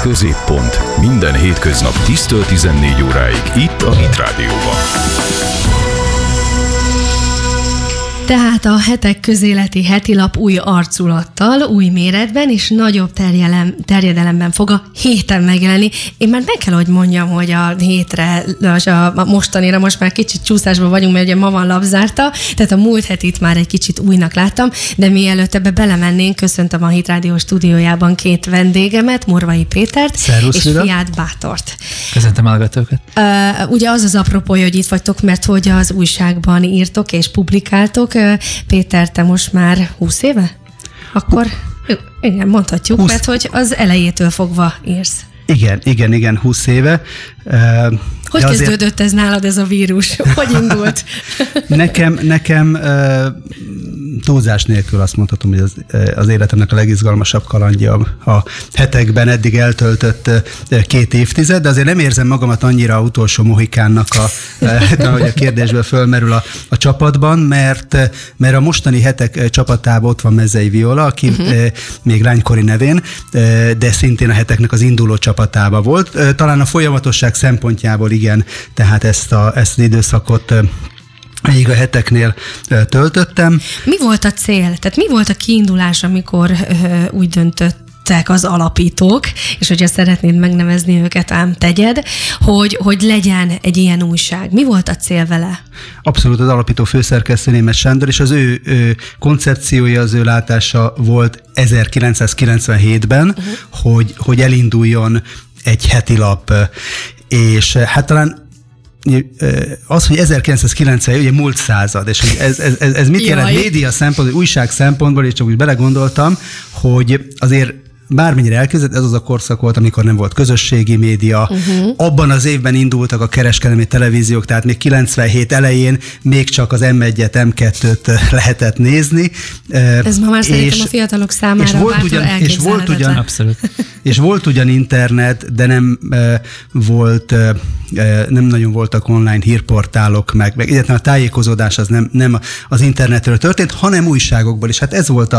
Középpont. Minden hétköznap 10-től 14 óráig itt a Hit Rádióban. Tehát a Hetek közéleti hetilap új arculattal, új méretben és nagyobb terjedelemben fog a héten megjelenni. Én már meg kell, hogy mondjam, hogy a hétre, a mostanira most már kicsit csúszásban vagyunk, mert ugye ma van lapzárta, tehát a múlt hetit már egy kicsit újnak láttam, de mielőtt ebbe belemennénk, köszöntöm a Hit Rádió stúdiójában két vendégemet, Morvai Pétert. Szervusz, és Frida. Fiát Bátort. Köszöntöm hallgatókat. Ugye az apropója, hogy itt vagytok, mert hogy az újságban írtok és publikáltok. Péter, te most már 20 éve? Akkor igen, mondhatjuk, 20. mert hogy az elejétől fogva írsz. Igen, 20 éve. Hogy kezdődött ez nálad, ez a vírus? Hogy indult? Nekem túlzás nélkül azt mondhatom, hogy az életemnek a legizgalmasabb kalandja a hetekben eddig eltöltött 2 évtized, de azért nem érzem magamat annyira utolsó mohikánnak, hogy a kérdésből fölmerül a csapatban, mert a mostani hetek csapatában ott van Mezei Viola, aki még lánykori nevén, de szintén a heteknek az induló csapatában volt. Talán a folyamatosság szempontjából igen, tehát ezt az időszakot még a heteknél töltöttem. Mi volt a cél? Tehát mi volt a kiindulás, amikor úgy döntöttek az alapítók, és hogyha szeretnéd megnevezni őket, ám tegyed, hogy legyen egy ilyen újság. Mi volt a cél vele? Abszolút az alapító főszerkesztő Németh Sándor, és az ő koncepciója, az ő látása volt 1997-ben, hogy elinduljon egy hetilap, és hát talán az, hogy 1990, ugye múlt század, és ez mit jelent média szempontból, újság szempontból, és csak úgy belegondoltam, hogy azért bármennyire elkezdett, ez az a korszak volt, amikor nem volt közösségi média. Abban az évben indultak a kereskedelmi televíziók, tehát még 97 elején még csak az M1-et, M2-t lehetett nézni. Ez ma már szerintem a fiatalok számára és volt ugyan internet, de nem nagyon voltak online hírportálok, meg egyáltalán a tájékozódás az nem az internetről történt, hanem újságokból is. Hát ez volt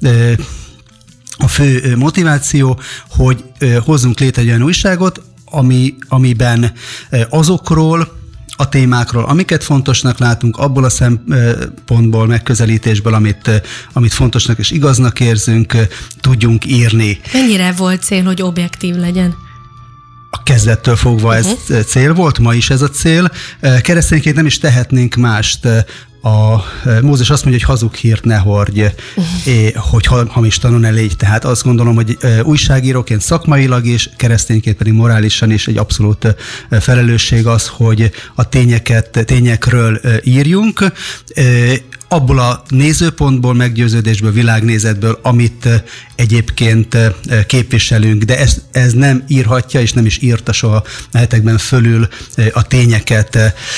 a fő motiváció, hogy hozzunk létre egy olyan újságot, amiben azokról a témákról, amiket fontosnak látunk, abból a szempontból, megközelítésből, amit fontosnak és igaznak érzünk, tudjunk írni. Mennyire volt cél, hogy objektív legyen? A kezdettől fogva ez cél volt, ma is ez a cél. Keresztényként nem is tehetnénk mást. Mózes azt mondja, hogy hazug hírt ne hordj, hogy hamis tanú ne légy. Tehát azt gondolom, hogy újságíróként szakmailag és keresztényként pedig morálisan is egy abszolút felelősség az, hogy a tényekről írjunk. Abból a nézőpontból, meggyőződésből, világnézetből, amit egyébként képviselünk, de ez nem írhatja, és nem is írta soha a hetekben fölül a tényeket.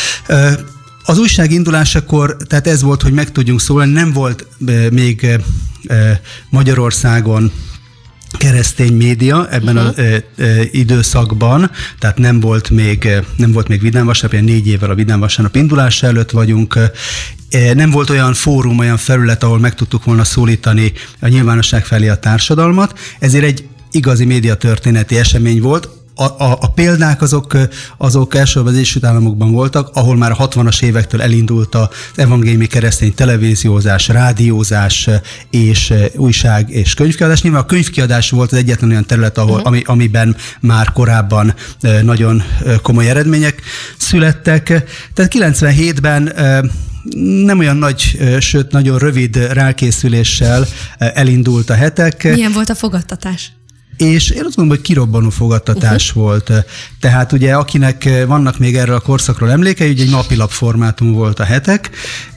Az újság indulásakor, tehát ez volt, hogy meg tudjunk szólni, nem volt még Magyarországon keresztény média ebben az időszakban, tehát nem volt még Vidám Vasárnap, ilyen 4 évvel a Vidám Vasárnap indulása előtt vagyunk. Nem volt olyan fórum, olyan felület, ahol meg tudtuk volna szólítani a nyilvánosság felé a társadalmat, ezért egy igazi médiatörténeti esemény volt. A példák azok elsősorban az Egyesült Államokban voltak, ahol már a 60-as évektől elindult az evangéliumi keresztény televíziózás, rádiózás és újság és könyvkiadás. Nyilván a könyvkiadás volt az egyetlen olyan terület, amiben már korábban nagyon komoly eredmények születtek. Tehát 97-ben nem olyan nagy, sőt nagyon rövid rákészüléssel elindult a hetek. Milyen volt a fogadtatás? És én azt gondolom, hogy kirobbanó fogadtatás volt. Tehát ugye akinek vannak még erről a korszakról emlékei, ugye egy napilap formátum volt a hetek,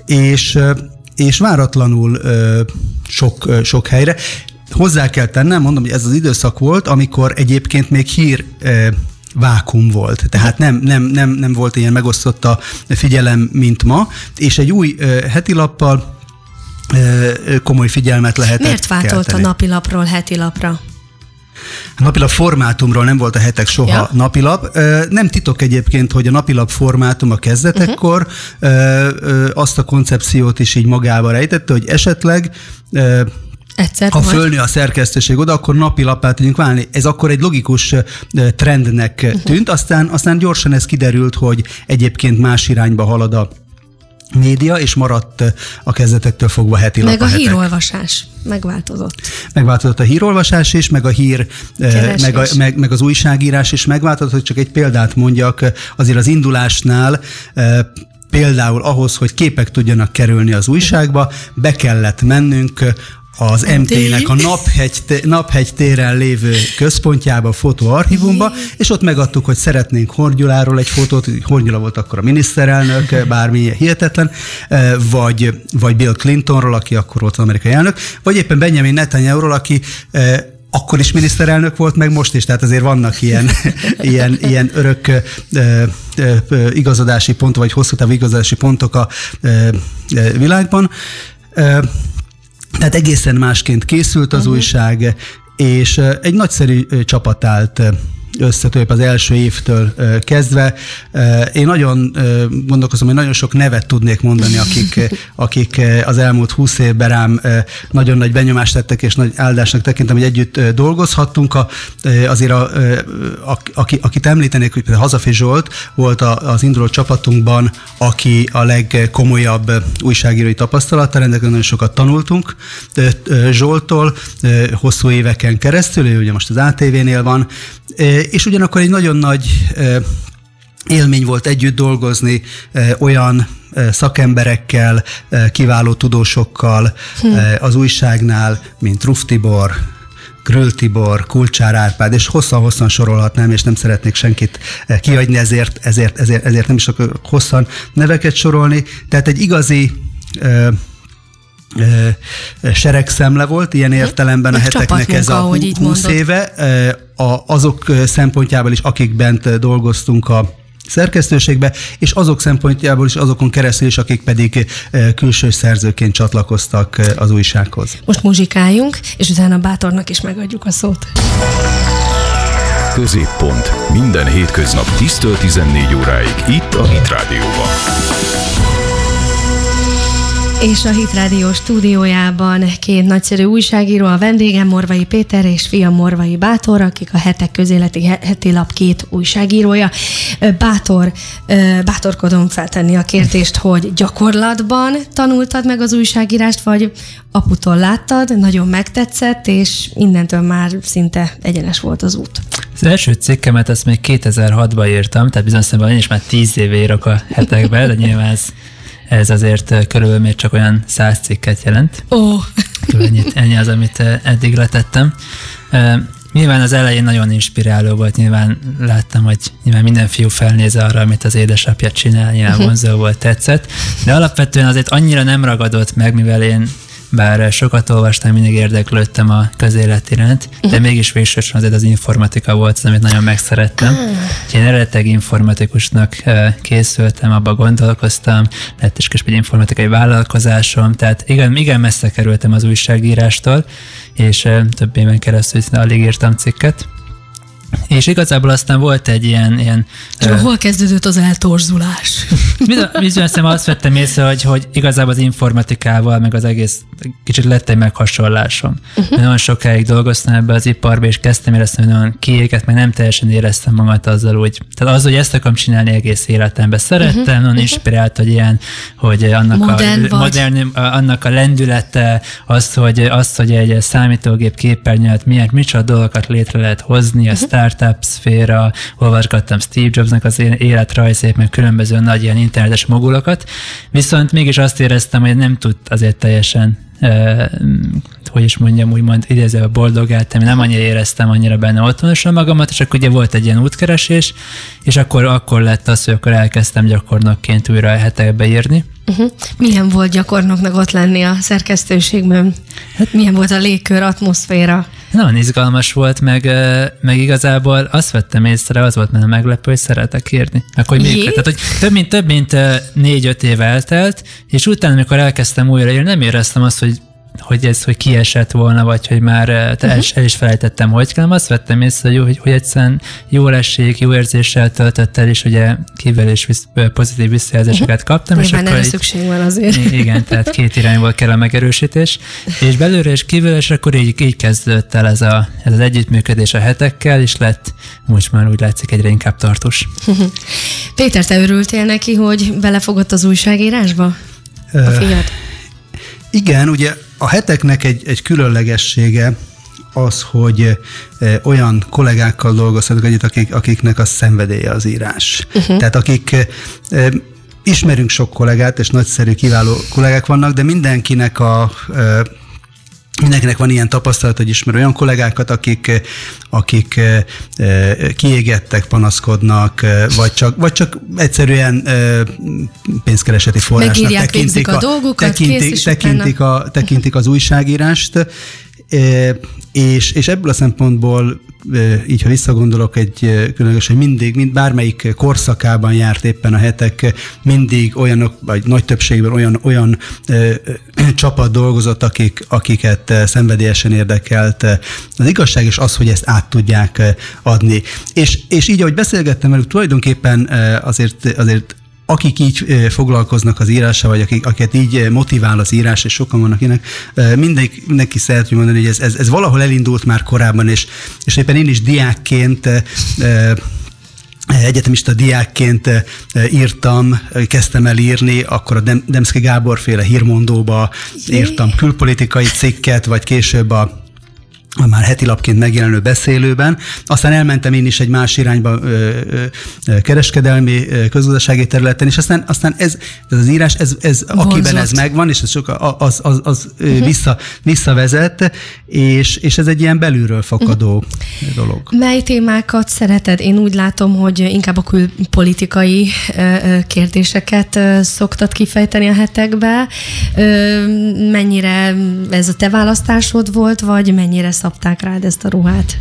és váratlanul sok helyre. Hozzá kell tennem, mondom, hogy ez az időszak volt, amikor egyébként még hír vákum volt. Tehát nem volt ilyen megosztott a figyelem, mint ma, és egy új hetilappal komoly figyelmet lehetett Miért váltolt kelteni. a napilapról hetilapra? A napilap formátumról nem volt a hetek soha napilap. Nem titok egyébként, hogy a napilap formátum a kezdetekkor azt a koncepciót is így magába rejtette, hogy esetleg Ha fölnő a szerkesztőség oda, akkor napilapát tudjunk válni. Ez akkor egy logikus trendnek tűnt, aztán gyorsan ez kiderült, hogy egyébként más irányba halad a média, és maradt a kezdetektől fogva heti lap. Meg a hírolvasás megváltozott. Megváltozott a hírolvasás is, meg a meg az újságírás is megváltozott, hogy csak egy példát mondjak, azért az indulásnál például ahhoz, hogy képek tudjanak kerülni az újságba, be kellett mennünk az MT-nek a Naphegy téren lévő központjába, fotóarchívumba, és ott megadtuk, hogy szeretnénk Horn-Gyuláról egy fotót, Horn-Gyula volt akkor a miniszterelnök, bármi hihetetlen, vagy Bill Clintonról, aki akkor volt az amerikai elnök, vagy éppen Benjamin Netanyahuról, aki akkor is miniszterelnök volt, meg most is, tehát azért vannak ilyen örök igazodási pontok, vagy hosszú távú igazodási pontok a világban. Tehát egészen másként készült az újság, és egy nagyszerű csapat állt össze az első évtől kezdve. Én nagyon gondolkozom, hogy nagyon sok nevet tudnék mondani, akik az elmúlt 20 évben rám nagyon nagy benyomást tettek, és nagy áldásnak tekintem, hogy együtt dolgozhattunk. Azért akit említenék, hogy például Hazafi Zsolt volt az induló csapatunkban, aki a legkomolyabb újságírói tapasztalattal rendelkezik, nagyon sokat tanultunk Zsolttól, hosszú éveken keresztül, ő ugye most az ATV-nél van, és ugyanakkor egy nagyon nagy élmény volt együtt dolgozni olyan szakemberekkel, kiváló tudósokkal az újságnál, mint Ruff Tibor, Gröll Tibor, Kulcsár Árpád, és hosszan sorolhatnám, és nem szeretnék senkit kiadni, ezért nem is akarok hosszan neveket sorolni. Tehát egy igazi seregszemle volt, ilyen értelemben a heteknek ez a 20 éve, azok szempontjából is, akik bent dolgoztunk a szerkesztőségbe, és azok szempontjából is, azokon keresztül is, akik pedig külső szerzőként csatlakoztak az újsághoz. Most muzsikáljunk, és utána Bátornak is megadjuk a szót. Középpont. Minden hétköznap 10-től 14 óráig itt a Hit Rádióban. És a Hit Rádió stúdiójában két nagyszerű újságíró, a vendégem Morvai Péter és fiam Morvai Bátor, akik a Hetek közéleti hetilap két újságírója. Bátorkodom feltenni a kérdést, hogy gyakorlatban tanultad meg az újságírást, vagy aputól láttad, nagyon megtetszett, és innentől már szinte egyenes volt az út. Az első cikkemet ezt még 2006-ban írtam, tehát bizonyos szemben én is már 10 éve írok a Hetekbe, de nyilván ez azért körülbelül még csak olyan 100 cikket jelent. Ennyi az, amit eddig letettem. Nyilván az elején nagyon inspiráló volt, nyilván láttam, hogy nyilván minden fiú felnéz arra, amit az édesapja csinál, nyilván vonzó volt, tetszett, de alapvetően azért annyira nem ragadott meg, mivel én bár sokat olvastam, mindig érdeklődtem a közélet iránt, de mégis végsősorban azért az informatika volt az, amit nagyon megszerettem. Én eredetileg informatikusnak készültem, abba gondolkoztam, lett is egy informatikai vállalkozásom, tehát igen messze kerültem az újságírástól, és több éven keresztül alig írtam cikket. És igazából aztán volt egy ilyen és hol kezdődött az eltorzulás? Bizonyos szemben azt vettem észre, hogy igazából az informatikával, meg az egész kicsit lett egy meghasonlásom. Nagyon sokáig dolgoztam ebbe az iparba, és kezdtem érezni, hogy nagyon kiégett, meg nem teljesen éreztem magamat azzal úgy. Tehát az, hogy ezt akarom csinálni egész életemben. Szerettem, nagyon inspirált, hogy ilyen, hogy annak a lendülete, az, hogy egy számítógép képernyőt micsoda dolgokat létre lehet hozni, a startup szféra, olvasgattam Steve Jobsnak az életrajzét, meg különböző nagy ilyen internetes mogulokat, viszont mégis azt éreztem, hogy nem tud azért teljesen úgymond idézőben boldogáltam, nem annyira éreztem annyira benne otthonosan magamat, és akkor ugye volt egy ilyen útkeresés, és akkor lett az, hogy akkor elkezdtem gyakornokként újra a Hetekbe írni. Milyen volt gyakornoknak ott lenni a szerkesztőségben? Milyen volt a légkör, atmoszféra? Nagyon izgalmas volt, meg igazából azt vettem észre, az volt benne meglepő, hogy szeretek írni. Akkor tehát, hogy több mint 4-5 év eltelt, és utána, amikor elkezdtem újra írni, nem éreztem azt, hogy hogy kiesett volna, vagy hogy már el is felejtettem, hogy kell. Azt vettem észre, hogy egyszerűen jól esik, jó érzéssel töltött el, és ugye kívül és pozitív visszajelzéseket kaptam. Nyilván erre szükség van azért. Igen, tehát két irányból kell a megerősítés. És belőle és kívül, és akkor így kezdődött el ez az együttműködés a hetekkel, és lett most már úgy látszik egyre inkább tartós. Péter, te örültél neki, hogy belefogott az újságírásba a fiad? Igen, ugye a heteknek egy különlegessége az, hogy olyan kollégákkal dolgozhatok együtt, akiknek a szenvedélye az írás. Tehát akik ismerünk sok kollégát, és nagyszerű, kiváló kollégák vannak, de mindenkinek van ilyen tapasztalat, hogy ismer olyan kollégákat, akik kiégettek, panaszkodnak, vagy csak egyszerűen pénzkereseti forrásnak tekintik az újságírást, és ebből a szempontból, így ha visszagondolok, különösen mindig, bármelyik korszakában járt éppen a hetek, mindig olyanok, vagy nagy többségben olyan csapat dolgozott, akiket szenvedélyesen érdekelt az igazság, és az, hogy ezt át tudják adni. És így, ahogy beszélgettem velük, tulajdonképpen azért akik így foglalkoznak az írással, vagy akiket így motivál az írás, és sokan vannak ilyenek, mindenki szeretjük mondani, hogy ez valahol elindult már korábban, és éppen én is diákként, egyetemista diákként írtam, kezdtem el írni, akkor a Demszky Gábor féle hírmondóba írtam külpolitikai cikket, vagy később a már hetilapként megjelenő beszélőben. Aztán elmentem én is egy más irányba kereskedelmi, közgazdasági területen, és aztán ez az írás, akiben ez megvan, és ez az visszavezet, és ez egy ilyen belülről fakadó dolog. Mely témákat szereted? Én úgy látom, hogy inkább a külpolitikai kérdéseket szoktad kifejteni a hetekbe. Mennyire ez a te választásod volt, vagy mennyire szabták rád ezt a ruhát?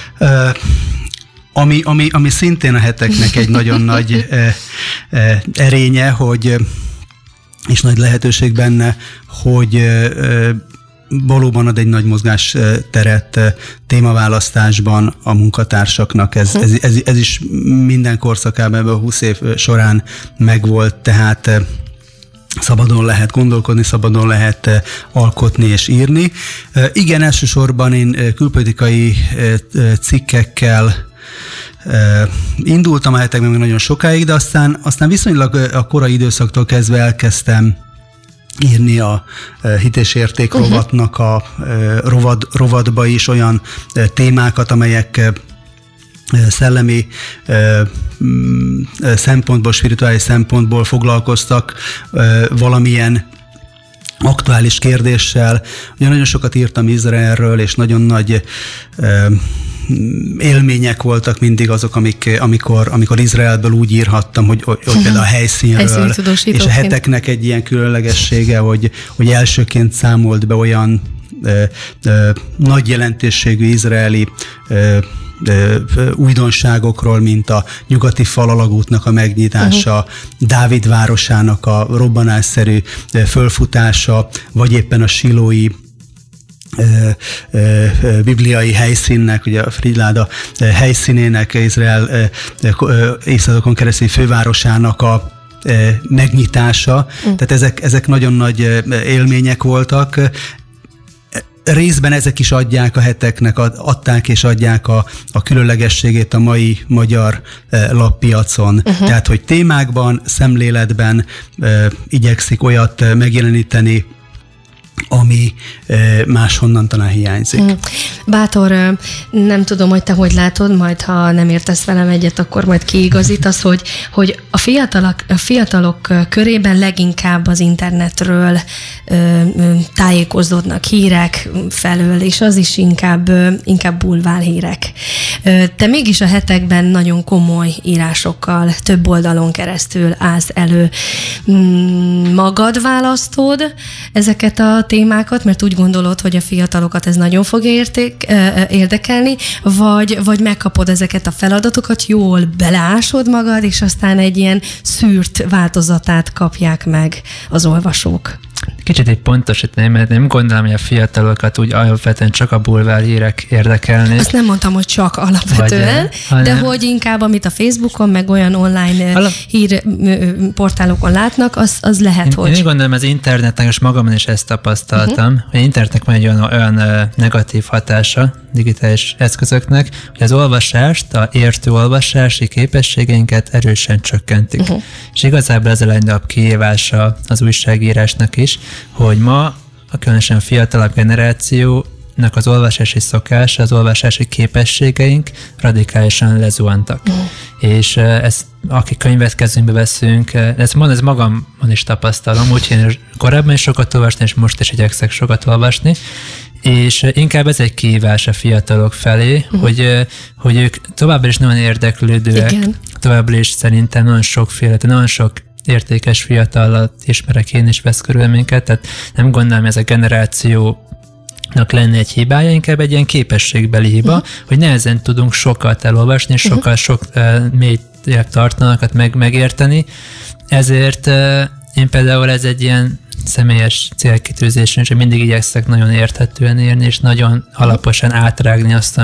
Ami szintén a heteknek egy nagyon nagy erénye, és nagy lehetőség benne, hogy valóban ad egy nagy mozgásteret témaválasztásban a munkatársaknak. Ez is minden korszakában ebben a 20 év során megvolt, tehát szabadon lehet gondolkodni, szabadon lehet alkotni és írni. Igen, elsősorban én külpolitikai cikkekkel indultam a hetekben még nagyon sokáig, de aztán viszonylag a korai időszaktól kezdve elkezdtem írni a Hit és Érték rovatnak a rovatba is olyan témákat, amelyek szellemi szempontból, spirituális szempontból foglalkoztak valamilyen aktuális kérdéssel. Ugye nagyon sokat írtam Izraelről, és nagyon nagy élmények voltak mindig azok, amikor Izraelből úgy írhattam, hogy például a helyszínről, és a heteknek egy ilyen különlegessége, hogy elsőként számolt be olyan nagy jelentőségű izraeli újdonságokról, mint a nyugati falalagútnak a megnyitása, Dávid városának a robbanásszerű fölfutása, vagy éppen a silói bibliai helyszínnek, ugye a Frigyláda helyszínének, Izrael évszázadokon keresztül fővárosának a megnyitása. Tehát ezek nagyon nagy élmények voltak. Részben ezek is adják a heteknek, adták és adják a különlegességét a mai magyar lappiacon. Tehát, hogy témákban, szemléletben igyekszik olyat megjeleníteni, ami máshonnan talán hiányzik. Bátor, nem tudom, hogy te hogy látod, majd ha nem értesz velem egyet, akkor majd kiigazítasz, hogy a fiatalok körében leginkább az internetről tájékozódnak hírek felől, és az is inkább bulvárhírek. Te mégis a hetekben nagyon komoly írásokkal, több oldalon keresztül állsz elő. Magad választod ezeket a témákat, mert úgy gondolod, hogy a fiatalokat ez nagyon fogja érdekelni, vagy megkapod ezeket a feladatokat, jól beleásod magad, és aztán egy ilyen szűrt változatát kapják meg az olvasók? kicsit így pontosítani, mert nem gondolom, hogy a fiatalokat úgy alapvetően csak a bulvár hírek érdekelni. Azt nem mondtam, hogy csak alapvetően, de hogy inkább, amit a Facebookon, meg olyan online hírportálokon látnak, az lehet, hogy... Én gondolom, az internetnek, és magamon is ezt tapasztaltam, hogy internetnek van egy olyan negatív hatása digitális eszközöknek, hogy az olvasást, a értő olvasási képességeinket erősen csökkentik. És igazából ez a legnagyobb kihívása az újságírásnak is, hogy ma különösen a fiatalabb generációnak az olvasási szokása, az olvasási képességeink radikálisan lezuhantak. És ezt, akik könyvet kezünkbe veszünk, ez magamon is tapasztalom, úgyhogy én korábban is sokat olvasni, és most is igyekszek sokat olvasni, és inkább ez egy kihívás a fiatalok felé, hogy ők továbbra is nagyon érdeklődőek, továbbra is szerintem nagyon sokféle, nagyon sok értékes fiatalat ismerek én is, vesz körül minket, tehát nem gondolom, hogy ez a generációnak lenne egy hibája, inkább egy ilyen képességbeli hiba, hogy nehezen tudunk sokat elolvasni, és sok mély tartalmakat megérteni, ezért én például ez egy ilyen személyes célkitűzésem, és mindig igyekszek nagyon érthetően írni, és nagyon alaposan átrágni azt,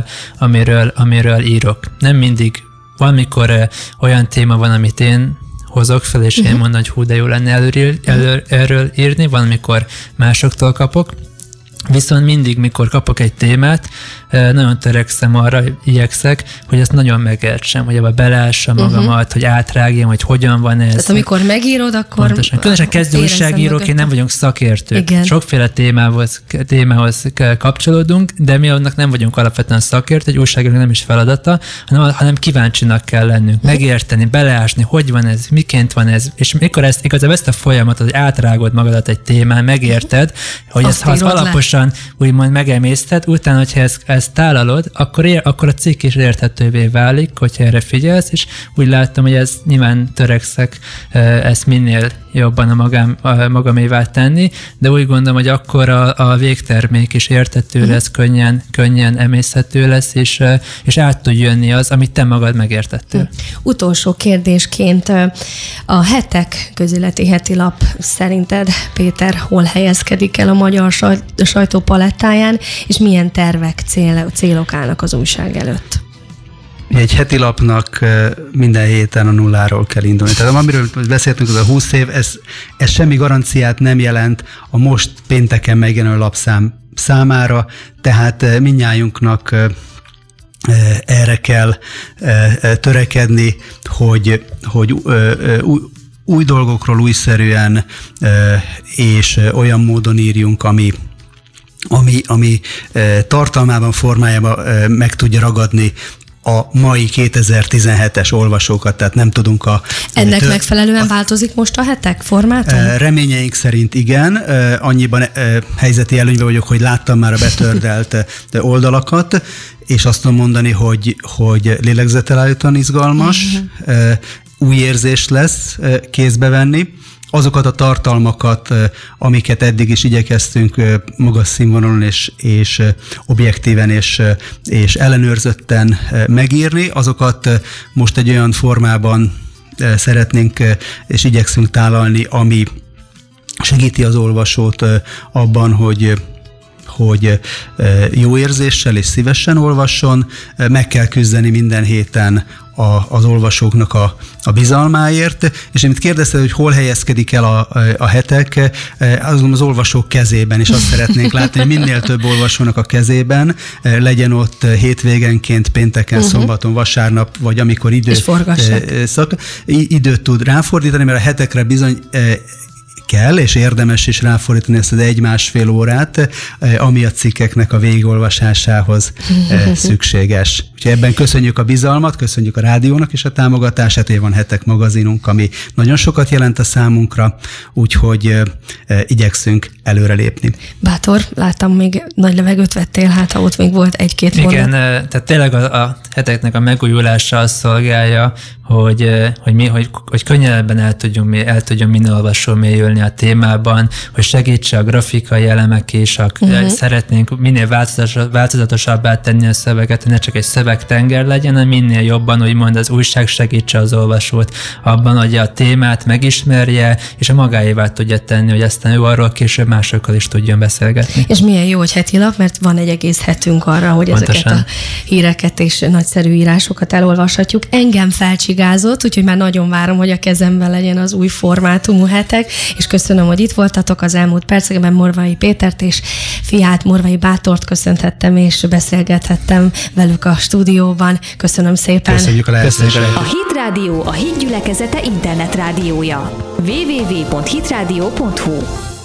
amiről írok. Nem mindig, valamikor olyan téma van, amit én hozok fel, és én mondom, hogy hú, de jó lenne erről írni, valamikor másoktól kapok. Viszont mindig, mikor kapok egy témát, nagyon törekszem arra, igyekszek, hogy ezt nagyon megértsem, hogy ebbe beleássam magamat, hogy átrágjam, hogy hogyan van ez. Tehát amikor megírod, akkor... Pontosan. Különösen kezdő újságíróként nem vagyunk szakértők. Igen. Sokféle témához kapcsolódunk, de mi annak nem vagyunk alapvetően szakértők, egy újságírónak nem is feladata, hanem kíváncsinak kell lennünk, megérteni, beleásni, hogy van ez, miként van ez, és mikor igazából ezt a folyamatot, hogy átrágod magadat egy témán, megérted, hogy ezt alaposan úgymond megemészted, utána, hogyha ezt tálalod, akkor a cikk is érthetővé válik, hogyha erre figyelsz, és úgy láttam, hogy ez nyilván törekszek ezt minél jobban a magamévá tenni, de úgy gondolom, hogy akkor a végtermék is érthető lesz, könnyen emészhető lesz, és át tud jönni az, amit te magad megértettél. Utolsó kérdésként a Hetek közéleti hetilap szerinted, Péter, hol helyezkedik el a magyar sajtó palettáján, és milyen tervek, célok állnak az újság előtt? Egy hetilapnak minden héten a nulláról kell indulni. Tehát amiről beszéltünk, az a 20 év, ez semmi garanciát nem jelent a most pénteken megjelenő lapszám számára, tehát mindnyájunknak erre kell törekedni, hogy új dolgokról újszerűen és olyan módon írjunk, ami tartalmában, formájában meg tudja ragadni a mai 2017-es olvasókat, tehát nem tudunk Ennek megfelelően változik most a Hetek formátum? Reményeink szerint igen. Annyiban helyzeti előnyben vagyok, hogy láttam már a betördelt oldalakat, és azt tudom mondani, hogy lélegzetelállítóan izgalmas, új érzés lesz kézbe venni. Azokat a tartalmakat, amiket eddig is igyekeztünk magas színvonalon és objektíven és ellenőrzötten megírni, azokat most egy olyan formában szeretnénk és igyekszünk tálalni, ami segíti az olvasót abban, hogy jó érzéssel és szívesen olvasson. Meg kell küzdeni minden héten az olvasóknak a bizalmáért, és amit kérdezted, hogy hol helyezkedik el a Hetek, az olvasók kezében, és azt szeretnénk látni, hogy minél több olvasónak a kezében legyen ott hétvégenként, pénteken, szombaton, vasárnap, vagy amikor időt tud ráfordítani, mert a Hetekre bizony kell, és érdemes is ráfordítani ezt az 1-1,5 órát, ami a cikkeknek a végigolvasásához szükséges. Úgyhogy ebben köszönjük a bizalmat, köszönjük a rádiónak is a támogatását, hogy van Hetek magazinunk, ami nagyon sokat jelent a számunkra, úgyhogy igyekszünk előrelépni. Bátor, láttam, még nagy levegőt vettél, hát ha ott még volt 1-2 mondat. Igen, tehát tényleg a Heteknek a megújulása azt szolgálja, hogy könnyebben el tudjon minden olvasó mélyülni a témában, hogy segítse a grafikai elemek is, szeretnénk minél változatosabbá tenni a szöveget, hogy ne csak egy szövegtenger legyen, hanem minél jobban, úgymond az újság segítse az olvasót abban, hogy a témát megismerje, és a magáévá tudja tenni, hogy aztán ő arról később másokkal is tudjon beszélgetni. És milyen jó, hogy heti lap, mert van egy egész hetünk arra, hogy pontosan ezeket a híreket és nagyszerű írásokat elolvashatjuk. Engem felcsigázott, úgyhogy már nagyon várom, hogy a kezemben legyen az új formátumú hetek, és köszönöm, hogy itt voltatok az elmúlt percekben. Morvai Pétert és fiát, Morvai Bátort köszönhettem, és beszélgethettem velük a stúdióban. Köszönöm szépen. Köszönjük a lehetőséget. A Hit Rádió a Hit gyülekezete internetrádiója. www.hitradio.hu